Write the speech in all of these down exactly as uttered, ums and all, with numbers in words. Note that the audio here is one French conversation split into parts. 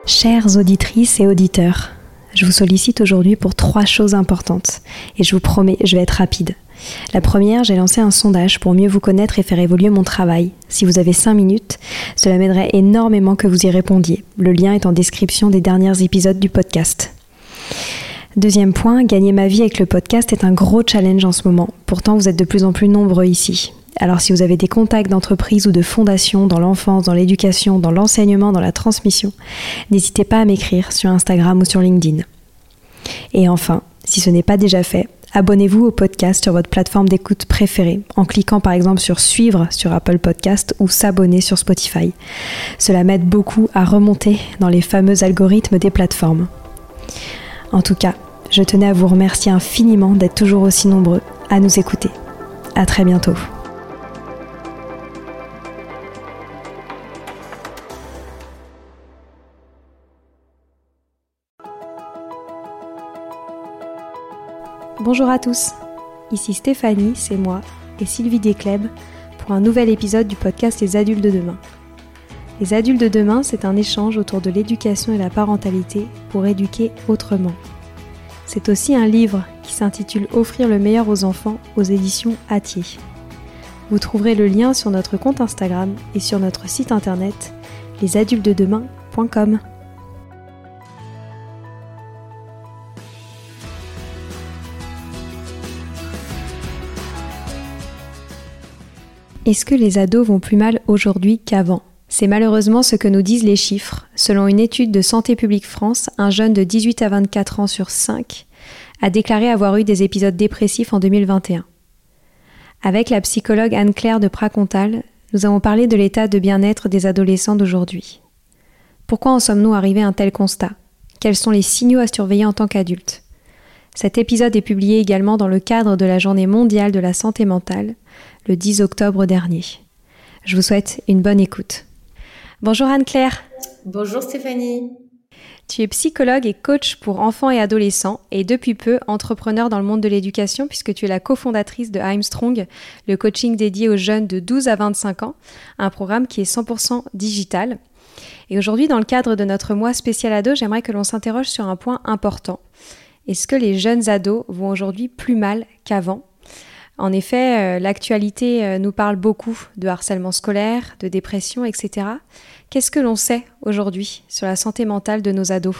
Chères auditrices et auditeurs, je vous sollicite aujourd'hui pour trois choses importantes et je vous promets, je vais être rapide. La première, j'ai lancé un sondage pour mieux vous connaître et faire évoluer mon travail. Si vous avez cinq minutes, cela m'aiderait énormément que vous y répondiez. Le lien est en description des derniers épisodes du podcast. Deuxième point, gagner ma vie avec le podcast est un gros challenge en ce moment. Pourtant, vous êtes de plus en plus nombreux ici. Alors si vous avez des contacts d'entreprises ou de fondations dans l'enfance, dans l'éducation, dans l'enseignement, dans la transmission, n'hésitez pas à m'écrire sur Instagram ou sur LinkedIn. Et enfin, si ce n'est pas déjà fait, abonnez-vous au podcast sur votre plateforme d'écoute préférée en cliquant par exemple sur suivre sur Apple Podcast ou s'abonner sur Spotify. Cela m'aide beaucoup à remonter dans les fameux algorithmes des plateformes. En tout cas, je tenais à vous remercier infiniment d'être toujours aussi nombreux à nous écouter. À très bientôt. Bonjour à tous, ici Stéphanie, c'est moi, et Sylvie Descleb pour un nouvel épisode du podcast Les Adultes de Demain. Les Adultes de Demain, c'est un échange autour de l'éducation et la parentalité pour éduquer autrement. C'est aussi un livre qui s'intitule Offrir le meilleur aux enfants aux éditions Hatier. Vous trouverez le lien sur notre compte Instagram et sur notre site internet les adultes de demain point com. Est-ce que les ados vont plus mal aujourd'hui qu'avant ? C'est malheureusement ce que nous disent les chiffres. Selon une étude de Santé publique France, un jeune de dix-huit à vingt-quatre ans sur cinq a déclaré avoir eu des épisodes dépressifs en deux mille vingt et un. Avec la psychologue Anne-Claire de Pracontal, nous avons parlé de l'état de bien-être des adolescents d'aujourd'hui. Pourquoi en sommes-nous arrivés à un tel constat ? Quels sont les signaux à surveiller en tant qu'adultes ? Cet épisode est publié également dans le cadre de la Journée mondiale de la santé mentale, le dix octobre dernier. Je vous souhaite une bonne écoute. Bonjour Anne-Claire. Bonjour Stéphanie. Tu es psychologue et coach pour enfants et adolescents et depuis peu entrepreneur dans le monde de l'éducation puisque tu es la cofondatrice de I'm Strong, le coaching dédié aux jeunes de douze à vingt-cinq ans, un programme qui est cent pour cent digital. Et aujourd'hui, dans le cadre de notre mois spécial ado, j'aimerais que l'on s'interroge sur un point important. Est-ce que les jeunes ados vont aujourd'hui plus mal qu'avant ? En effet, euh, l'actualité euh, nous parle beaucoup de harcèlement scolaire, de dépression, et cetera. Qu'est-ce que l'on sait aujourd'hui sur la santé mentale de nos ados ?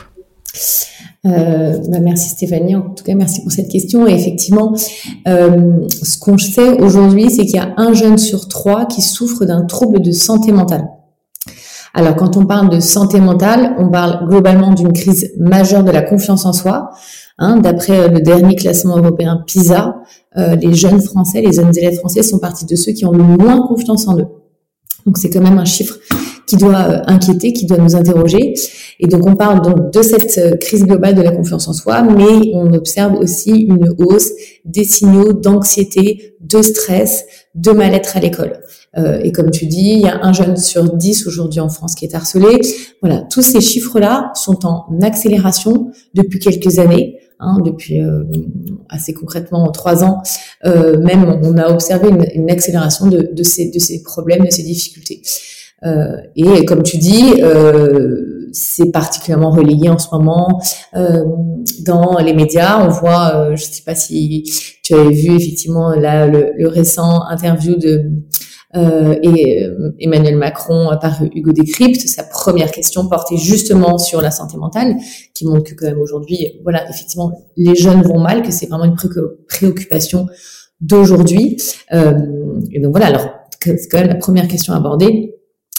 Euh, bah merci Stéphanie, en tout cas merci pour cette question. Et effectivement, euh, ce qu'on sait aujourd'hui, c'est qu'il y a un jeune sur trois qui souffre d'un trouble de santé mentale. Alors quand on parle de santé mentale, on parle globalement d'une crise majeure de la confiance en soi. Hein, d'après le dernier classement européen PISA, euh, les jeunes Français, les jeunes élèves français sont partis de ceux qui ont le moins confiance en eux. Donc c'est quand même un chiffre qui doit euh, inquiéter, qui doit nous interroger. Et donc on parle donc de cette euh, crise globale de la confiance en soi, mais on observe aussi une hausse des signaux d'anxiété, de stress, de mal-être à l'école. Euh, et comme tu dis, il y a un jeune sur dix aujourd'hui en France qui est harcelé. Voilà, tous ces chiffres-là sont en accélération depuis quelques années. Hein, depuis euh, assez concrètement en trois ans, euh, même on a observé une, une accélération de, de, ces, de ces problèmes, de ces difficultés. Euh, et comme tu dis, euh, c'est particulièrement relayé en ce moment euh, dans les médias. On voit, euh, je ne sais pas si tu avais vu effectivement là le, le récent interview de Euh, et euh, Emmanuel Macron par Hugo Décrypte, sa première question portait justement sur la santé mentale, qui montre que quand même aujourd'hui, voilà, effectivement, les jeunes vont mal, que c'est vraiment une préoccupation d'aujourd'hui. Euh, et donc voilà, alors c'est quand même la première question abordée.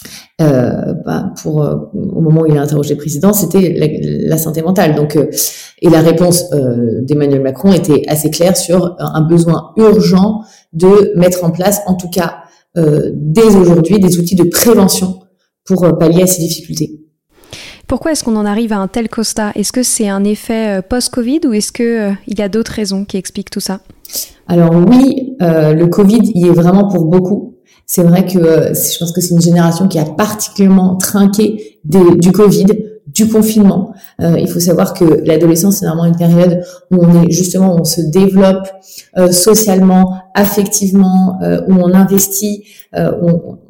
Euh, bah, pour euh, au moment où il a interrogé le président, c'était la, la santé mentale. Donc, euh, et la réponse euh, d'Emmanuel Macron était assez claire sur un besoin urgent de mettre en place, en tout cas Euh, dès aujourd'hui, des outils de prévention pour euh, pallier à ces difficultés. Pourquoi est-ce qu'on en arrive à un tel constat ? Est-ce que c'est un effet euh, post-Covid ou est-ce qu'il euh, y a d'autres raisons qui expliquent tout ça ? Alors oui, euh, le Covid y est vraiment pour beaucoup. C'est vrai que euh, je pense que c'est une génération qui a particulièrement trinqué des, du Covid, du confinement. Euh, il faut savoir que l'adolescence, c'est vraiment une période où on est justement, où on se développe euh, socialement, affectivement, euh, où on investit, euh, où on,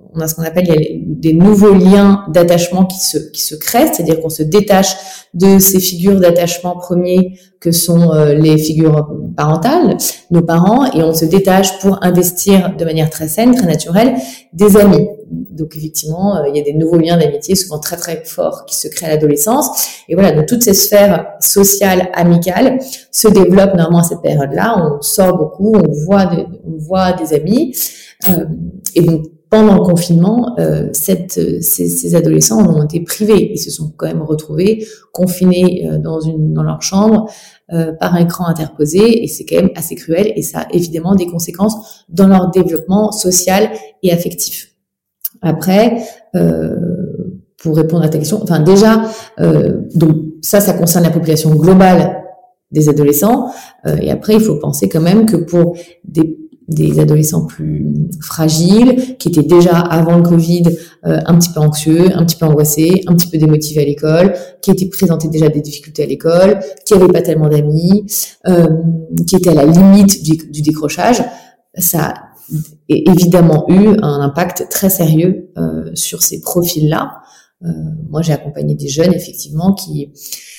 on a ce qu'on appelle il y a des nouveaux liens d'attachement qui se qui se créent, c'est-à-dire qu'on se détache de ces figures d'attachement premiers que sont euh, les figures parentales, nos parents, et on se détache pour investir de manière très saine, très naturelle, des amis. Donc effectivement, euh, il y a des nouveaux liens d'amitié souvent très très forts qui se créent à l'adolescence. Et voilà, donc toutes ces sphères sociales, amicales se développent normalement à cette période-là. On sort beaucoup, on voit, de, on voit des amis. Euh, et donc pendant le confinement, euh, cette, ces, ces adolescents en ont été privés. Ils se sont quand même retrouvés confinés euh, dans une dans leur chambre euh, par un écran interposé, et c'est quand même assez cruel. Et ça a évidemment des conséquences dans leur développement social et affectif. Après, euh, pour répondre à ta question, enfin déjà, euh, donc ça, ça concerne la population globale des adolescents. Euh, et après, il faut penser quand même que pour des des adolescents plus fragiles, qui étaient déjà avant le Covid euh, un petit peu anxieux, un petit peu angoissés, un petit peu démotivés à l'école, qui étaient présentés déjà des difficultés à l'école, qui n'avaient pas tellement d'amis, euh, qui étaient à la limite du, du décrochage, ça a évidemment eu un impact très sérieux euh, sur ces profils-là. Euh, moi, j'ai accompagné des jeunes, effectivement, qui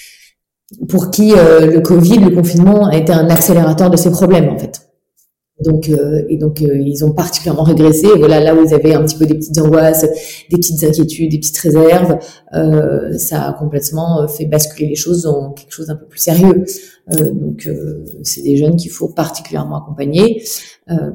pour qui euh, le Covid, le confinement a été un accélérateur de ces problèmes, en fait. Donc euh, et donc euh, ils ont particulièrement régressé. Et voilà, là où ils avaient un petit peu des petites angoisses, des petites inquiétudes, des petites réserves, euh, ça a complètement fait basculer les choses dans quelque chose d'un peu plus sérieux. Euh, donc euh, c'est des jeunes qu'il faut particulièrement accompagner. Euh,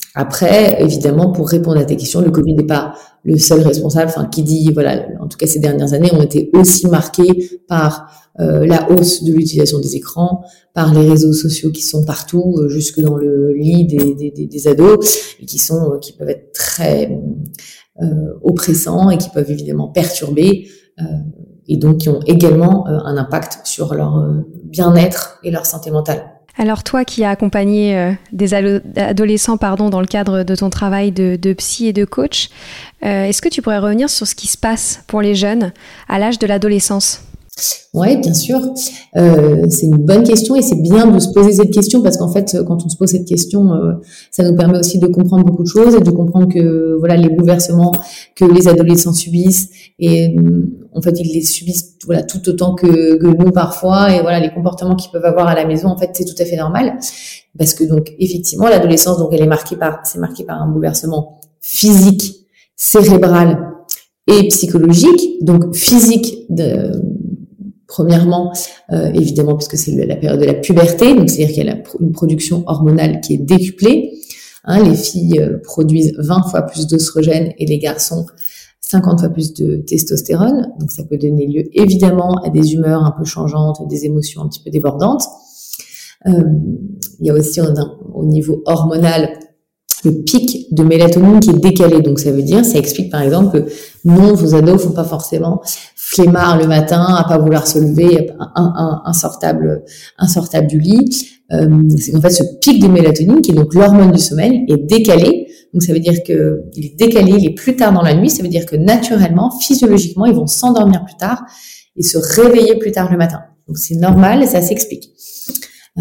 après, évidemment, pour répondre à ta question, le Covid n'est pas le seul responsable. Enfin, qui dit, voilà, en tout cas ces dernières années ont été aussi marquées par euh, la hausse de l'utilisation des écrans, par les réseaux sociaux qui sont partout, euh, jusque dans le lit des, des, des, des ados, et qui sont, euh, qui peuvent être très euh, oppressants et qui peuvent évidemment perturber, euh, et donc qui ont également euh, un impact sur leur euh, bien-être et leur santé mentale. Alors toi qui as accompagné euh, des alo- adolescents pardon, dans le cadre de ton travail de, de psy et de coach, euh, est-ce que tu pourrais revenir sur ce qui se passe pour les jeunes à l'âge de l'adolescence ? Oui, bien sûr. Euh, c'est une bonne question et c'est bien de se poser cette question parce qu'en fait, quand on se pose cette question, euh, ça nous permet aussi de comprendre beaucoup de choses et de comprendre que voilà les bouleversements que les adolescents subissent et en fait ils les subissent voilà tout autant que, que nous parfois et voilà les comportements qu'ils peuvent avoir à la maison en fait c'est tout à fait normal parce que donc effectivement l'adolescence donc elle est marquée par c'est marqué par un bouleversement physique, cérébral et psychologique. Donc physique de Premièrement, euh, évidemment, puisque c'est la période de la puberté, donc c'est-à-dire qu'il y a la, une production hormonale qui est décuplée. Hein, les filles euh, produisent vingt fois plus d'œstrogènes et les garçons cinquante fois plus de testostérone. Donc ça peut donner lieu évidemment à des humeurs un peu changeantes, des émotions un petit peu débordantes. Euh, il y a aussi un, au niveau hormonal le pic de mélatonine qui est décalé. Donc ça veut dire, ça explique par exemple que non, vos ados font pas forcément flemmard le matin, à pas vouloir se lever, un, un, insortable, insortable du lit. Euh, c'est qu'en fait ce pic de mélatonine, qui est donc l'hormone du sommeil, est décalé. Donc ça veut dire que il est décalé, il est plus tard dans la nuit. Ça veut dire que naturellement, physiologiquement, ils vont s'endormir plus tard et se réveiller plus tard le matin. Donc c'est normal et ça s'explique. Euh,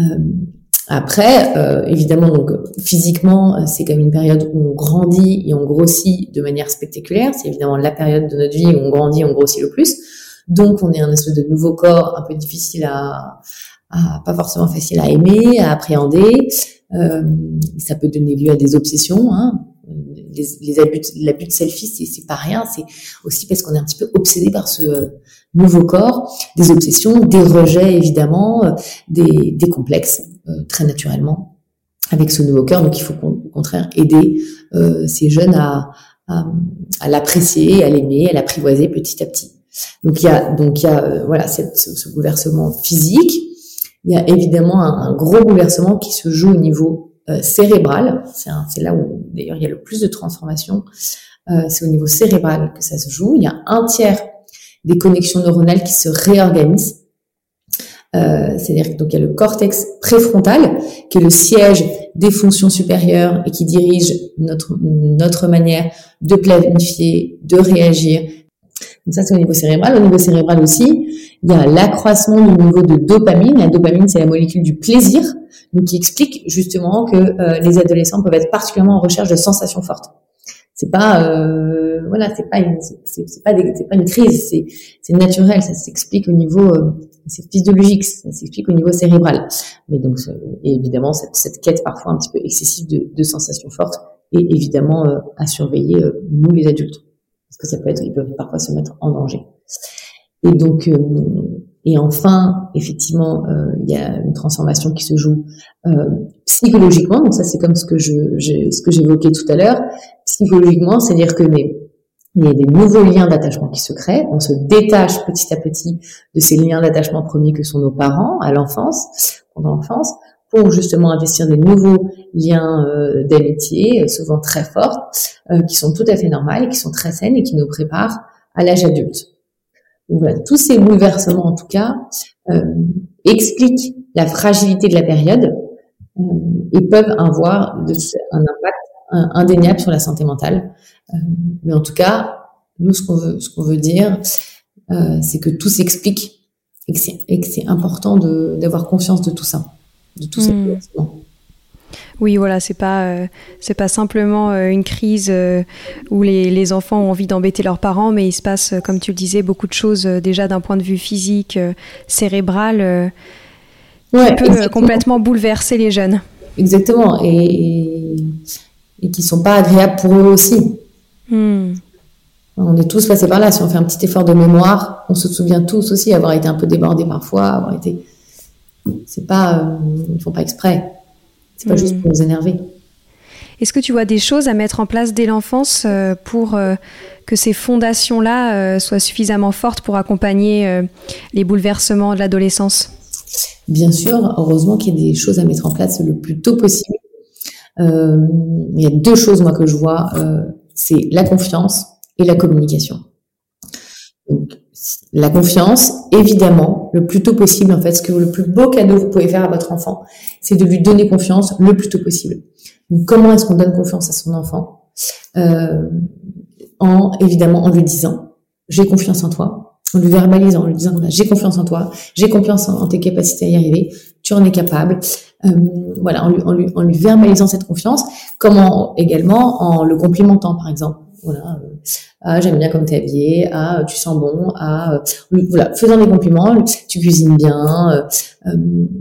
Après, euh, évidemment, donc physiquement, c'est comme une période où on grandit et on grossit de manière spectaculaire. C'est évidemment la période de notre vie où on grandit, on grossit le plus. Donc, on est un espèce de nouveau corps un peu difficile à, à pas forcément facile à aimer, à appréhender. Euh, ça peut donner lieu à des obsessions. Hein. Les, les abus, l'abus de selfie, c'est, c'est pas rien. C'est aussi parce qu'on est un petit peu obsédé par ce euh, nouveau corps, des obsessions, des rejets évidemment, euh, des, des complexes. Euh, très naturellement avec ce nouveau cœur. Donc il faut au contraire aider euh, ces jeunes à, à, à l'apprécier, à l'aimer, à l'apprivoiser petit à petit. Donc il y a donc il y a euh, voilà cette, ce, ce bouleversement physique. Il y a évidemment un, un gros bouleversement qui se joue au niveau euh, cérébral. C'est, un, c'est là où d'ailleurs il y a le plus de transformation. Euh, c'est au niveau cérébral que ça se joue. Il y a un tiers des connexions neuronales qui se réorganisent. Euh, c'est-à-dire que donc il y a le cortex préfrontal qui est le siège des fonctions supérieures et qui dirige notre notre manière de planifier, de réagir. Donc ça c'est au niveau cérébral. Au niveau cérébral aussi, il y a l'accroissement du niveau de dopamine. La dopamine c'est la molécule du plaisir, donc qui explique justement que euh, les adolescents peuvent être particulièrement en recherche de sensations fortes. C'est pas, euh, voilà, c'est pas une, c'est, c'est pas des, c'est pas une crise, c'est, c'est naturel, ça s'explique au niveau, euh, c'est physiologique, ça s'explique au niveau cérébral. Mais donc, et évidemment, cette, cette quête parfois un petit peu excessive de, de sensations fortes est évidemment euh, à surveiller, euh, nous les adultes, parce que ça peut être, ils peuvent parfois se mettre en danger. Et donc, euh, et enfin, effectivement, euh, il y a une transformation qui se joue euh, psychologiquement. Donc ça, c'est comme ce que je, je ce que j'évoquais tout à l'heure. Psychologiquement, c'est-à-dire que mais, il y a des nouveaux liens d'attachement qui se créent. On se détache petit à petit de ces liens d'attachement premiers que sont nos parents à l'enfance, pendant l'enfance, pour justement investir des nouveaux liens euh, d'amitié, souvent très forts, euh, qui sont tout à fait normales et qui sont très saines et qui nous préparent à l'âge adulte. Donc voilà, tous ces bouleversements, en tout cas, euh, expliquent la fragilité de la période euh, et peuvent avoir de, un impact un, indéniable sur la santé mentale. Euh, mais en tout cas, nous, ce qu'on veut, ce qu'on veut dire, euh, c'est que tout s'explique et que c'est, et que c'est important de, d'avoir conscience de tout ça, de tous ces bouleversements. Mmh. Oui, voilà, c'est pas euh, c'est pas simplement euh, une crise euh, où les, les enfants ont envie d'embêter leurs parents, mais il se passe, euh, comme tu le disais, beaucoup de choses euh, déjà d'un point de vue physique, euh, cérébral, euh, ouais, qui peut euh, complètement bouleverser les jeunes. Exactement, et, et, et qui sont pas agréables pour eux aussi. Hmm. On est tous passés par là. Si on fait un petit effort de mémoire, on se souvient tous aussi avoir été un peu débordés parfois, avoir été. C'est pas, euh, ils font pas exprès. C'est pas mmh. juste pour nous énerver. Est-ce que tu vois des choses à mettre en place dès l'enfance euh, pour euh, que ces fondations-là euh, soient suffisamment fortes pour accompagner euh, les bouleversements de l'adolescence ? Bien sûr, heureusement qu'il y a des choses à mettre en place le plus tôt possible. Euh, il y a deux choses, moi, que je vois. Euh, c'est la confiance et la communication. Donc, la confiance, évidemment, le plus tôt possible, en fait, ce que le plus beau cadeau que vous pouvez faire à votre enfant, c'est de lui donner confiance le plus tôt possible. Donc, comment est-ce qu'on donne confiance à son enfant ? euh, en, évidemment, en lui disant, j'ai confiance en toi, en lui verbalisant, en lui disant, j'ai confiance en toi, j'ai confiance en, en tes capacités à y arriver, tu en es capable. Euh, voilà, en lui, en, lui, en lui verbalisant cette confiance, comment également en le complimentant, par exemple. Voilà, euh, ah, j'aime bien comme t'es habillée, ah, tu sens bon, ah, euh, voilà, faisant des compliments, tu cuisines bien, euh, euh,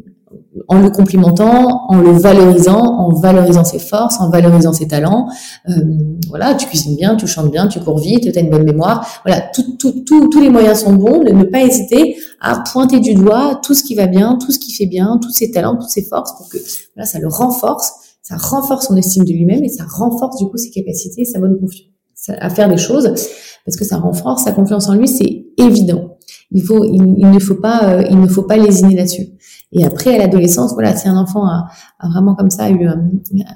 en le complimentant, en le valorisant, en valorisant ses forces, en valorisant ses talents, euh, voilà, tu cuisines bien, tu chantes bien, tu cours vite, tu as une bonne mémoire, voilà, tout, tout, tout, tous les moyens sont bons, de ne pas hésiter à pointer du doigt tout ce qui va bien, tout ce qui fait bien, tous ses talents, toutes ses forces, pour que, voilà, ça le renforce, ça renforce son estime de lui-même et ça renforce du coup ses capacités et sa bonne confiance à faire des choses, parce que ça renforce sa confiance en lui, c'est évident. Il faut, il, il ne faut pas, euh, il ne faut pas lésiner là-dessus. Et après, à l'adolescence, voilà, si un enfant a, a vraiment comme ça eu, a,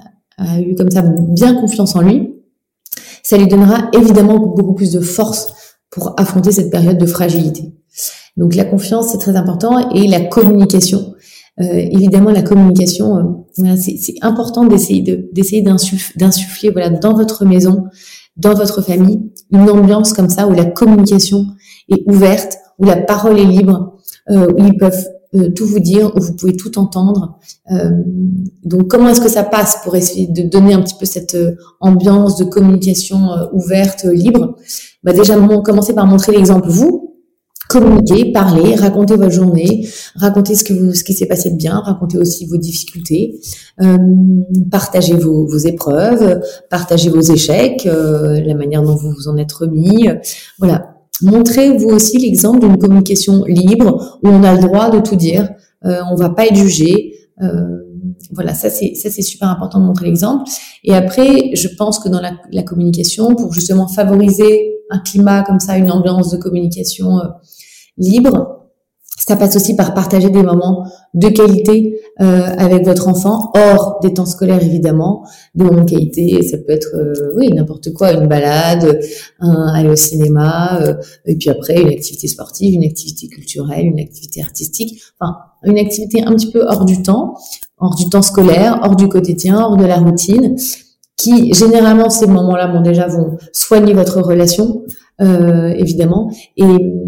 a eu comme ça bien confiance en lui, ça lui donnera évidemment beaucoup plus de force pour affronter cette période de fragilité. Donc la confiance, c'est très important, et la communication. Euh, évidemment, la communication, euh, voilà, c'est, c'est important d'essayer de, d'essayer d'insuffler, d'insuffler, voilà, dans votre maison, dans votre famille, une ambiance comme ça où la communication est ouverte, où la parole est libre, euh, où ils peuvent euh, tout vous dire, où vous pouvez tout entendre. Euh, donc, comment est-ce que ça passe pour essayer de donner un petit peu cette euh, ambiance de communication euh, ouverte, euh, libre ? Bah déjà, commencez par montrer l'exemple, vous. Communiquer, parler, raconter votre journée, raconter ce que vous, ce qui s'est passé de bien, raconter aussi vos difficultés, euh, partager vos, vos épreuves, partager vos échecs, euh, la manière dont vous vous en êtes remis. Euh, voilà. Montrez vous aussi l'exemple d'une communication libre où on a le droit de tout dire, euh, on va pas être jugé. Euh, voilà, ça c'est ça c'est super important de montrer l'exemple. Et après, je pense que dans la, la communication, pour justement favoriser un climat comme ça, une ambiance de communication euh, libre, ça passe aussi par partager des moments de qualité euh, avec votre enfant, hors des temps scolaires évidemment, des moments de qualité, ça peut être euh, oui n'importe quoi, une balade, un, aller au cinéma, euh, et puis après une activité sportive, une activité culturelle, une activité artistique, enfin une activité un petit peu hors du temps, hors du temps scolaire, hors du quotidien, hors de la routine, qui généralement ces moments-là, bon déjà vont soigner votre relation euh, évidemment et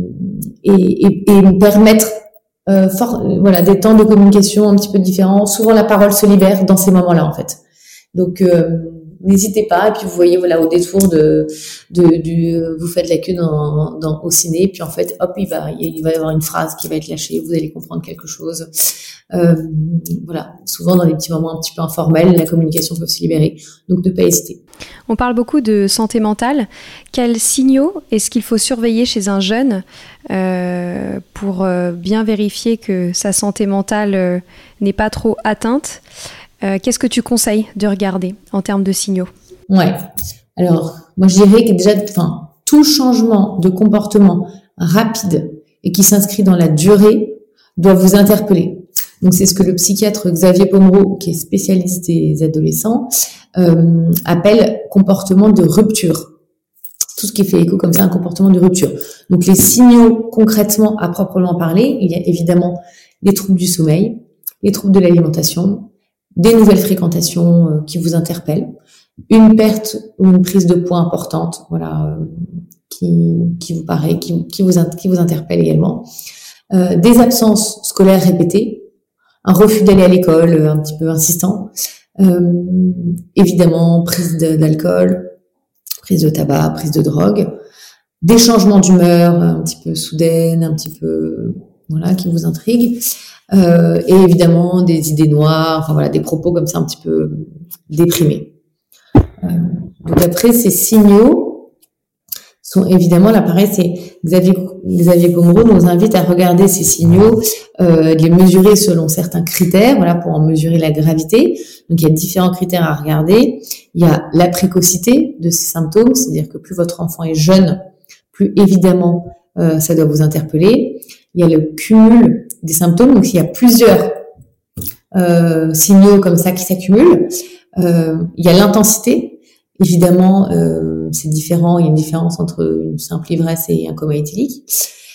et, et, et permettre euh, for, voilà des temps de communication un petit peu différents. Souvent la parole se libère dans ces moments-là en fait. Donc euh, n'hésitez pas. Et puis vous voyez, voilà, au détour de, de, du, vous faites la queue dans, dans, au ciné, puis en fait, hop, il va, il va y avoir une phrase qui va être lâchée, vous allez comprendre quelque chose. Euh, voilà, souvent dans des petits moments un petit peu informels, la communication peut se libérer. Donc, ne pas hésiter. On parle beaucoup de santé mentale. Quels signaux est-ce qu'il faut surveiller chez un jeune euh, pour euh, bien vérifier que sa santé mentale euh, n'est pas trop atteinte? euh, Qu'est-ce que tu conseilles de regarder en termes de signaux? Ouais. Alors, moi, je dirais que déjà, enfin, tout changement de comportement rapide et qui s'inscrit dans la durée doit vous interpeller. Donc, c'est ce que le psychiatre Xavier Pomeroy, qui est spécialiste des adolescents, euh, appelle comportement de rupture. Tout ce qui fait écho comme ça, un comportement de rupture. Donc, les signaux concrètement à proprement parler, il y a évidemment les troubles du sommeil, les troubles de l'alimentation, des nouvelles fréquentations euh, qui vous interpellent, une perte ou une prise de poids importante, voilà, euh, qui, qui vous paraît, qui, qui vous, qui vous interpelle également, euh, des absences scolaires répétées, un refus d'aller à l'école un petit peu insistant, euh, évidemment prise de, d'alcool, prise de tabac, prise de drogue, des changements d'humeur un petit peu soudaines, un petit peu voilà qui vous intriguent, euh, et évidemment des idées noires, enfin voilà des propos comme ça un petit peu déprimés. Euh, donc après ces signaux sont évidemment, là pareil, c'est Xavier, Xavier Pomeroy nous invite à regarder ces signaux, euh, de les mesurer selon certains critères, voilà, pour en mesurer la gravité. Donc il y a différents critères à regarder. Il y a la précocité de ces symptômes, c'est-à-dire que plus votre enfant est jeune, plus évidemment euh, ça doit vous interpeller. Il y a le cumul des symptômes, donc il y a plusieurs euh, signaux comme ça qui s'accumulent. Euh, il y a l'intensité, évidemment. Euh, c'est différent, il y a une différence entre une simple ivresse et un coma éthylique.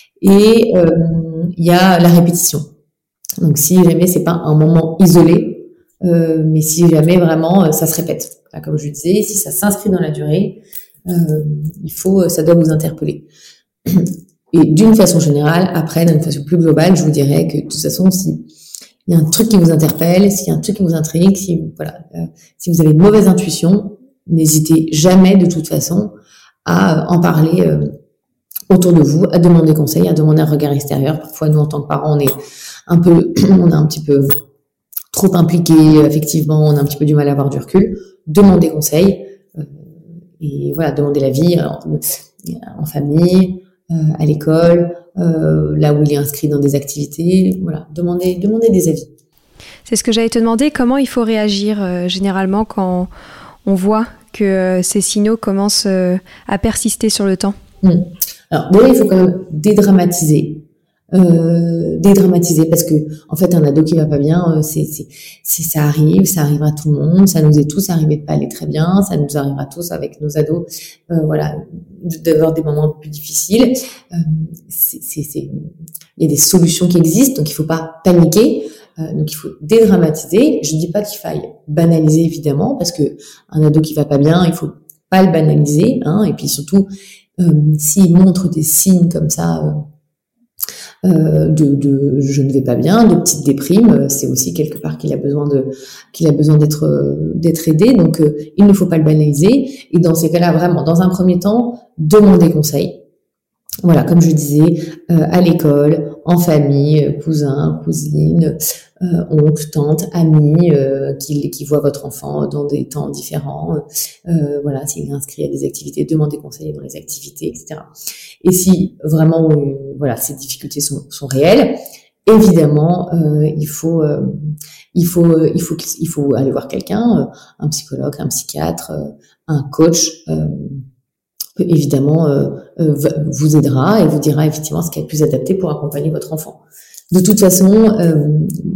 Et euh, il y a la répétition. Donc si jamais c'est pas un moment isolé, euh, mais si jamais vraiment ça se répète. Là, comme je le disais, si ça s'inscrit dans la durée, euh, il faut, ça doit vous interpeller. Et d'une façon générale, après, d'une façon plus globale, je vous dirais que de toute façon, si il y a un truc qui vous interpelle, s'il y a un truc qui vous intrigue, si voilà, euh, si vous avez une mauvaise intuition, n'hésitez jamais de toute façon à en parler euh, autour de vous, à demander conseil, à demander un regard extérieur. Parfois, nous, en tant que parents, on est un peu, on est un petit peu trop impliqués, effectivement, on a un petit peu du mal à avoir du recul. Demandez conseil euh, et voilà, demandez l'avis en, en famille, euh, à l'école, euh, là où il est inscrit dans des activités. Voilà, demandez, demandez des avis. C'est ce que j'allais te demander. Comment il faut réagir euh, généralement quand on voit que euh, ces signaux commencent euh, à persister sur le temps? Mmh. Alors, déjà, il faut quand même dédramatiser. Euh, dédramatiser parce que, en fait, un ado qui va pas bien, euh, c'est, c'est, c'est, ça arrive, ça arrive à tout le monde, ça nous est tous arrivé de pas aller très bien, ça nous arrivera tous avec nos ados, euh, voilà, d'avoir des moments plus difficiles. Euh, c'est, c'est, c'est, il y a des solutions qui existent, donc il faut pas paniquer. Euh, donc il faut dédramatiser. Je dis pas qu'il faille banaliser évidemment, parce que un ado qui va pas bien, il faut pas le banaliser, hein. Et puis surtout, euh, s'il montre des signes comme ça euh, euh, de, de je ne vais pas bien, de petites déprimes, c'est aussi quelque part qu'il a besoin de qu'il a besoin d'être euh, d'être aidé. Donc euh, il ne faut pas le banaliser. Et dans ces cas-là, vraiment, dans un premier temps, demander conseil. Voilà, comme je disais, euh, à l'école, en famille, cousins, cousines, euh, oncles, tantes, amis, euh, qui, qui voient votre enfant dans des temps différents. Euh, voilà, s'il est inscrit à des activités, demandez conseil dans les activités, et cetera. Et si vraiment, euh, voilà, ces difficultés sont, sont réelles, évidemment, euh, il faut, euh, il faut, il faut, il faut aller voir quelqu'un, euh, un psychologue, un psychiatre, euh, un coach. Euh, évidemment euh, euh, vous aidera et vous dira effectivement ce qui est le plus adapté pour accompagner votre enfant. De toute façon, euh,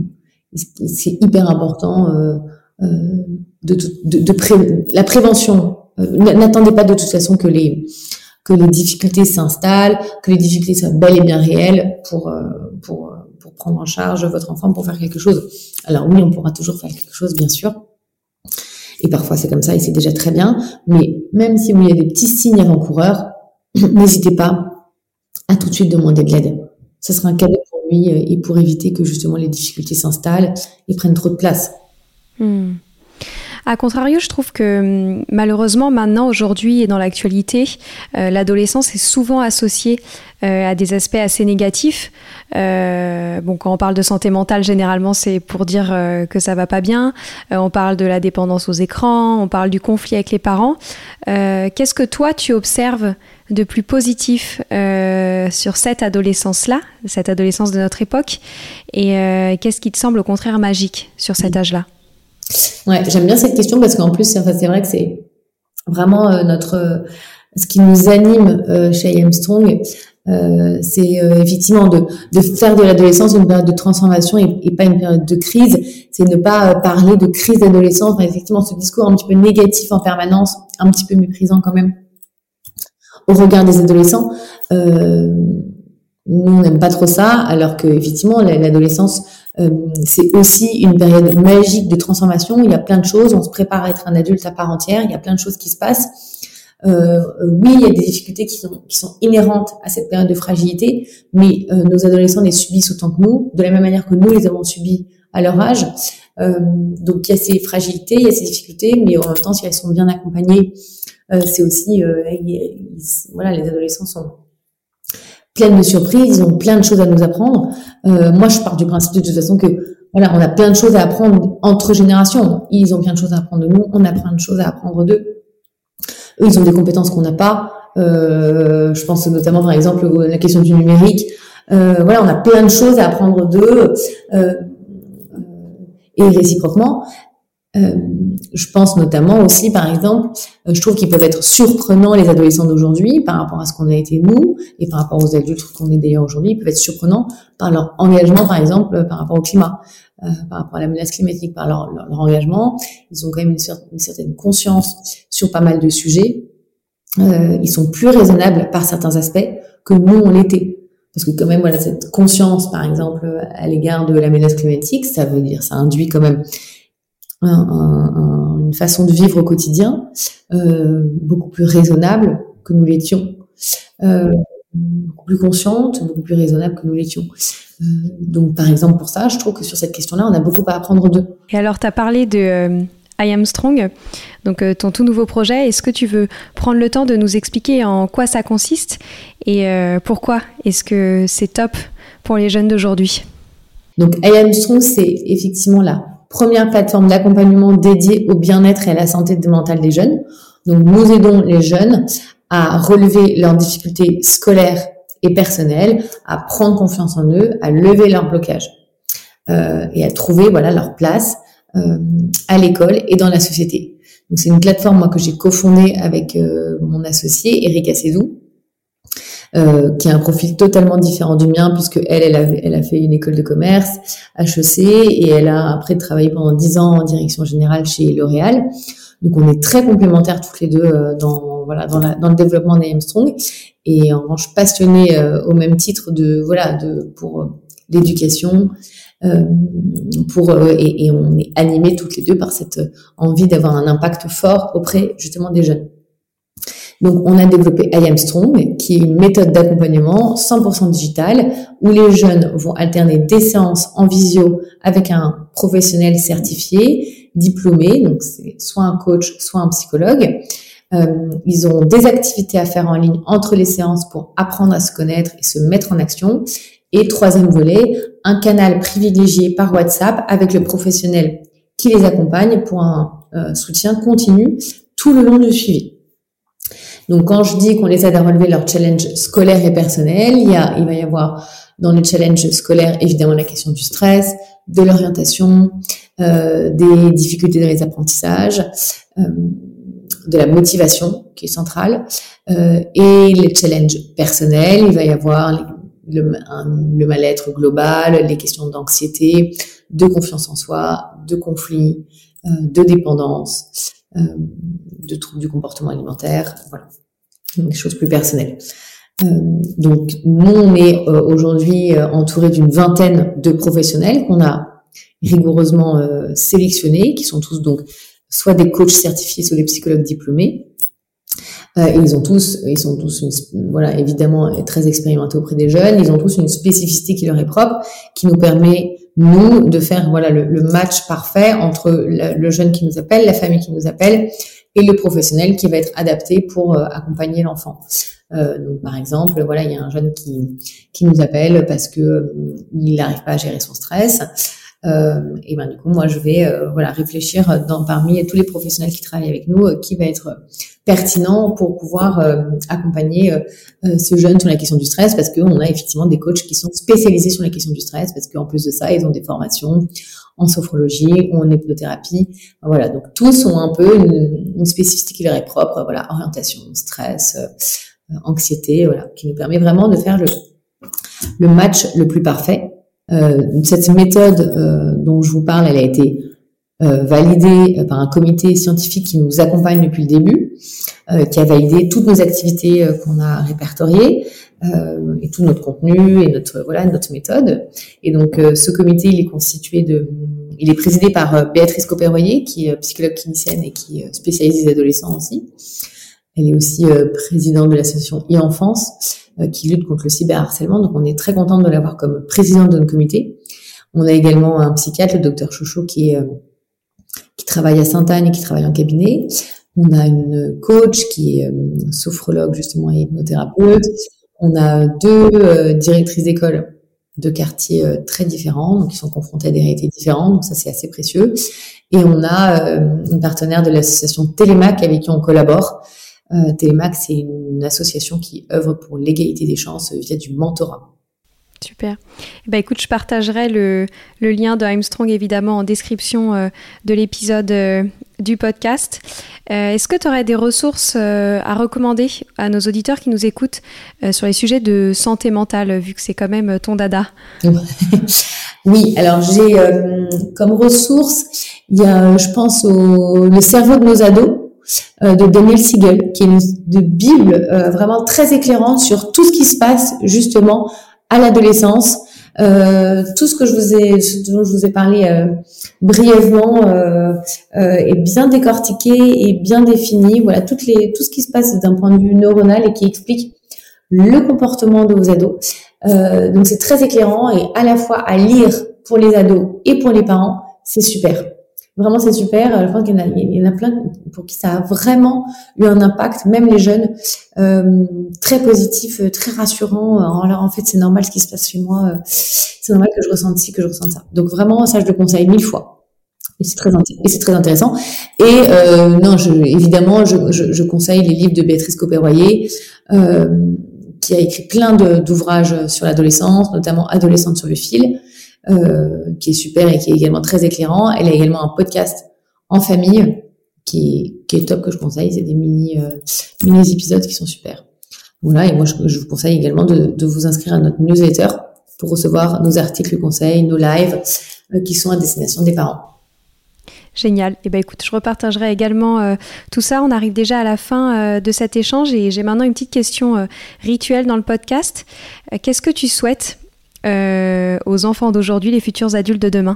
c'est hyper important euh, euh, de, de, de pré- la prévention. Euh, n'attendez pas de toute façon que les que les difficultés s'installent, que les difficultés soient bel et bien réelles pour euh, pour pour prendre en charge votre enfant, pour faire quelque chose. Alors oui, on pourra toujours faire quelque chose, bien sûr. Et parfois, c'est comme ça et c'est déjà très bien. Mais même si vous avez des petits signes avant-coureurs, n'hésitez pas à tout de suite demander de l'aide. Ce sera un cadeau pour lui et pour éviter que justement les difficultés s'installent et prennent trop de place. Hmm. À contrario, je trouve que malheureusement maintenant, aujourd'hui et dans l'actualité, euh, l'adolescence est souvent associée euh, à des aspects assez négatifs. Euh, bon, quand on parle de santé mentale, généralement, c'est pour dire euh, que ça va pas bien. Euh, on parle de la dépendance aux écrans, on parle du conflit avec les parents. Euh, qu'est-ce que toi, tu observes de plus positif euh, sur cette adolescence-là, cette adolescence de notre époque, et euh, qu'est-ce qui te semble au contraire magique sur cet âge-là? Ouais, j'aime bien cette question parce qu'en plus, c'est, enfin, c'est vrai que c'est vraiment euh, notre, euh, ce qui nous anime euh, chez I Am Strong, euh, c'est euh, effectivement de, de faire de l'adolescence une période de transformation et, et pas une période de crise. C'est ne pas euh, parler de crise d'adolescence, enfin, effectivement, ce discours un petit peu négatif en permanence, un petit peu méprisant quand même au regard des adolescents. Euh, nous, on n'aime pas trop ça, alors que effectivement, l'adolescence, euh, c'est aussi une période magique de transformation. Il y a plein de choses. On se prépare à être un adulte à part entière. Il y a plein de choses qui se passent. Euh, oui, il y a des difficultés qui sont, qui sont inhérentes à cette période de fragilité, mais euh, nos adolescents les subissent autant que nous, de la même manière que nous les avons subis à leur âge. Euh, donc, il y a ces fragilités, il y a ces difficultés, mais en même temps, si elles sont bien accompagnées, euh, c'est aussi, euh, ils, ils, voilà, les adolescents sont pleines de surprises, ils ont plein de choses à nous apprendre. Euh, moi, je pars du principe de toute façon que, voilà, on a plein de choses à apprendre entre générations. Ils ont plein de choses à apprendre de nous, on a plein de choses à apprendre d'eux. Eux, ils ont des compétences qu'on n'a pas. Euh, je pense notamment, par exemple, à la question du numérique. Euh, voilà, on a plein de choses à apprendre d'eux, euh, et réciproquement. Euh, je pense notamment aussi, par exemple, euh, je trouve qu'ils peuvent être surprenants, les adolescents d'aujourd'hui, par rapport à ce qu'on a été nous, et par rapport aux adultes qu'on est d'ailleurs aujourd'hui. Ils peuvent être surprenants par leur engagement, par exemple, par rapport au climat, euh, par rapport à la menace climatique, par leur, leur, leur engagement. Ils ont quand même une, cer- une certaine conscience sur pas mal de sujets. Euh, ils sont plus raisonnables par certains aspects que nous, on l'était. Parce que quand même, voilà, cette conscience, par exemple, à l'égard de la menace climatique, ça veut dire, ça induit quand même Un, un, une façon de vivre au quotidien euh, beaucoup plus raisonnable que nous l'étions, euh, beaucoup plus consciente, beaucoup plus raisonnable que nous l'étions. Euh, donc, par exemple, pour ça, je trouve que sur cette question-là, on a beaucoup à apprendre d'eux. Et alors, tu as parlé de euh, I Am Strong, donc euh, ton tout nouveau projet. Est-ce que tu veux prendre le temps de nous expliquer en quoi ça consiste et euh, pourquoi est-ce que c'est top pour les jeunes d'aujourd'hui? Donc, I Am Strong, c'est effectivement là première plateforme d'accompagnement dédiée au bien-être et à la santé mentale des jeunes. Donc, nous aidons les jeunes à relever leurs difficultés scolaires et personnelles, à prendre confiance en eux, à lever leurs blocages euh, et à trouver voilà leur place euh, à l'école et dans la société. Donc, c'est une plateforme moi que j'ai cofondée avec euh, mon associé Erika Cézou, Euh, qui a un profil totalement différent du mien, puisque elle, elle a, elle a fait une école de commerce, H E C, et elle a après travaillé pendant dix ans en direction générale chez L'Oréal. Donc, on est très complémentaires toutes les deux euh, dans, voilà, dans, la, dans le développement d'I Am Strong, et en revanche passionnés euh, au même titre de, voilà, de, pour euh, l'éducation, euh, pour, euh, et, et on est animés toutes les deux par cette envie d'avoir un impact fort auprès justement des jeunes. Donc, on a développé I Am Strong, qui est une méthode d'accompagnement cent pour cent digitale, où les jeunes vont alterner des séances en visio avec un professionnel certifié, diplômé, donc c'est soit un coach, soit un psychologue. Euh, ils ont des activités à faire en ligne entre les séances pour apprendre à se connaître et se mettre en action. Et troisième volet, un canal privilégié par WhatsApp avec le professionnel qui les accompagne pour un euh, soutien continu tout le long du suivi. Donc, quand je dis qu'on les aide à relever leurs challenges scolaires et personnels, il, y a, il va y avoir dans les challenges scolaires, évidemment, la question du stress, de l'orientation, euh, des difficultés dans les apprentissages, euh, de la motivation, qui est centrale, euh, et les challenges personnels, il va y avoir les, le, un, le mal-être global, les questions d'anxiété, de confiance en soi, de conflit, euh, de dépendance, euh, de troubles du comportement alimentaire, voilà, des choses plus personnelles. Euh, donc, nous, on est euh, aujourd'hui euh, entouré d'une vingtaine de professionnels qu'on a rigoureusement euh, sélectionnés, qui sont tous donc soit des coachs certifiés, soit des psychologues diplômés. Euh, et ils ont tous, ils sont tous, une, voilà, évidemment très expérimentés auprès des jeunes. Ils ont tous une spécificité qui leur est propre, qui nous permet nous, de faire voilà le, le match parfait entre le, le jeune qui nous appelle, la famille qui nous appelle et le professionnel qui va être adapté pour euh, accompagner l'enfant. Euh, donc, par exemple, voilà, il y a un jeune qui qui nous appelle parce que euh, il n'arrive pas à gérer son stress. Euh, et ben du coup, moi, je vais euh, voilà réfléchir dans parmi tous les professionnels qui travaillent avec nous, euh, qui va être pertinent pour pouvoir euh, accompagner euh, ce jeune sur la question du stress, parce qu'on a effectivement des coachs qui sont spécialisés sur la question du stress, parce qu'en plus de ça, ils ont des formations en sophrologie ou en hypnothérapie. Voilà, donc tous ont un peu une, une spécificité qui leur est propre. Voilà, orientation, stress, euh, anxiété, voilà, qui nous permet vraiment de faire le le match le plus parfait. Euh, cette méthode euh, dont je vous parle, elle a été euh, validée par un comité scientifique qui nous accompagne depuis le début, euh, qui a validé toutes nos activités euh, qu'on a répertoriées euh, et tout notre contenu et notre voilà notre méthode. Et donc euh, ce comité, il est constitué de, il est présidé par euh, Béatrice Copper-Royer, qui est psychologue clinicienne et qui euh, spécialise les adolescents aussi. Elle est aussi euh, présidente de l'association e-enfance, euh, qui lutte contre le cyberharcèlement. Donc, on est très contente de l'avoir comme présidente de notre comité. On a également un psychiatre, le docteur Chouchou, qui est euh, qui travaille à Sainte-Anne et qui travaille en cabinet. On a une coach qui est euh, sophrologue, justement, et hypnothérapeute. On a deux euh, directrices d'école de quartiers euh, très différents, donc qui sont confrontées à des réalités différentes. Donc, ça, c'est assez précieux. Et on a euh, une partenaire de l'association Télémac avec qui on collabore. Euh, Télémac, c'est une association qui œuvre pour l'égalité des chances via du mentorat. Super. Bah, écoute, je partagerai le, le lien de Armstrong évidemment en description euh, de l'épisode euh, du podcast. Euh, est-ce que tu aurais des ressources euh, à recommander à nos auditeurs qui nous écoutent euh, sur les sujets de santé mentale, vu que c'est quand même ton dada? Oui, alors j'ai euh, comme ressource, il y a, je pense, au Le cerveau de nos ados, de Daniel Siegel, qui est une de Bible euh, vraiment très éclairante sur tout ce qui se passe justement à l'adolescence. Euh, tout ce que je vous ai, ce dont je vous ai parlé euh, brièvement euh, euh, est bien décortiqué et bien défini. Voilà, toutes les, tout ce qui se passe d'un point de vue neuronal et qui explique le comportement de vos ados. Euh, donc c'est très éclairant et à la fois à lire pour les ados et pour les parents, c'est super. Vraiment, c'est super. Je pense qu'il y en a, il y en a plein pour qui ça a vraiment eu un impact, même les jeunes, euh, très positif, très rassurant. Alors, en fait, c'est normal ce qui se passe chez moi. C'est normal que je ressente ci, que je ressente ça. Donc, vraiment, ça, je le conseille mille fois. Et c'est très, et c'est très intéressant. Et euh, non, je, évidemment, je, je, je conseille les livres de Béatrice Copper-Royer, euh, qui a écrit plein de, d'ouvrages sur l'adolescence, notamment Adolescente sur le fil. Euh, qui est super et qui est également très éclairant. Elle a également un podcast en famille qui est, qui est top, que je conseille. C'est des mini, euh, mini épisodes qui sont super. Voilà. Et moi, je, je vous conseille également de, de vous inscrire à notre newsletter pour recevoir nos articles conseils, nos lives euh, qui sont à destination des parents. Génial. Eh ben, écoute, je repartagerai également euh, tout ça. On arrive déjà à la fin euh, de cet échange et j'ai maintenant une petite question euh, rituelle dans le podcast. Euh, qu'est-ce que tu souhaites Euh, aux enfants d'aujourd'hui, les futurs adultes de demain?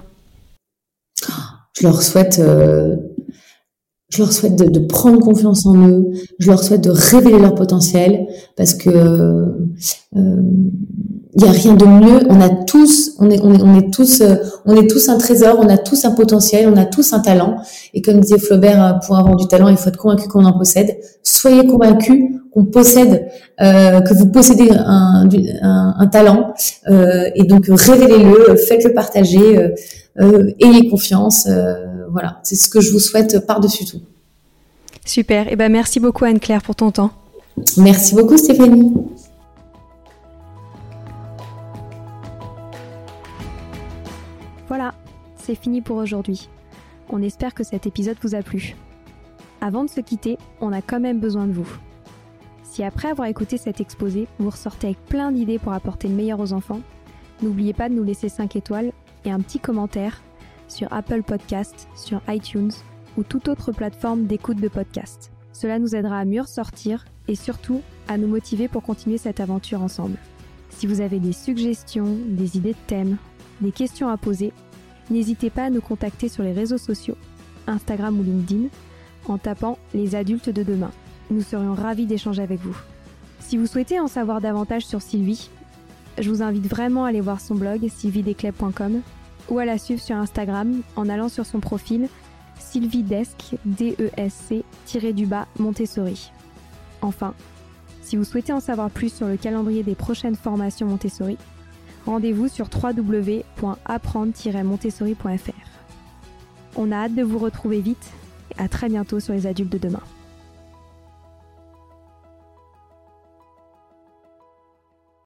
Je leur souhaite, euh, je leur souhaite de, de prendre confiance en eux. Je leur souhaite de révéler leur potentiel, parce que il euh, y a rien de mieux. On a tous, on est, on est, on est tous, euh, on est tous un trésor. On a tous un potentiel. On a tous un talent. Et comme disait Flaubert, pour avoir du talent, il faut être convaincu qu'on en possède. Soyez convaincus qu'on possède, euh, que vous possédez un, un, un talent, euh, et donc révélez-le, faites-le partager, euh, euh, ayez confiance. Euh, voilà, c'est ce que je vous souhaite par-dessus tout. Super. Et ben merci beaucoup Anne-Claire pour ton temps. Merci beaucoup Stéphanie. Voilà, c'est fini pour aujourd'hui. On espère que cet épisode vous a plu. Avant de se quitter, on a quand même besoin de vous. Si après avoir écouté cet exposé, vous ressortez avec plein d'idées pour apporter le meilleur aux enfants, n'oubliez pas de nous laisser cinq étoiles et un petit commentaire sur Apple Podcasts, sur iTunes ou toute autre plateforme d'écoute de podcast. Cela nous aidera à mieux ressortir et surtout à nous motiver pour continuer cette aventure ensemble. Si vous avez des suggestions, des idées de thèmes, des questions à poser, n'hésitez pas à nous contacter sur les réseaux sociaux, Instagram ou LinkedIn, en tapant « Les adultes de demain ». Nous serions ravis d'échanger avec vous. Si vous souhaitez en savoir davantage sur Sylvie, je vous invite vraiment à aller voir son blog sylvie desclèves point com ou à la suivre sur Instagram en allant sur son profil Sylvie Desc, D E S C, tiré du bas, Montessori. Enfin, si vous souhaitez en savoir plus sur le calendrier des prochaines formations Montessori, rendez-vous sur w w w point apprendre tiret montessori point f r. On a hâte de vous retrouver vite et à très bientôt sur les adultes de demain.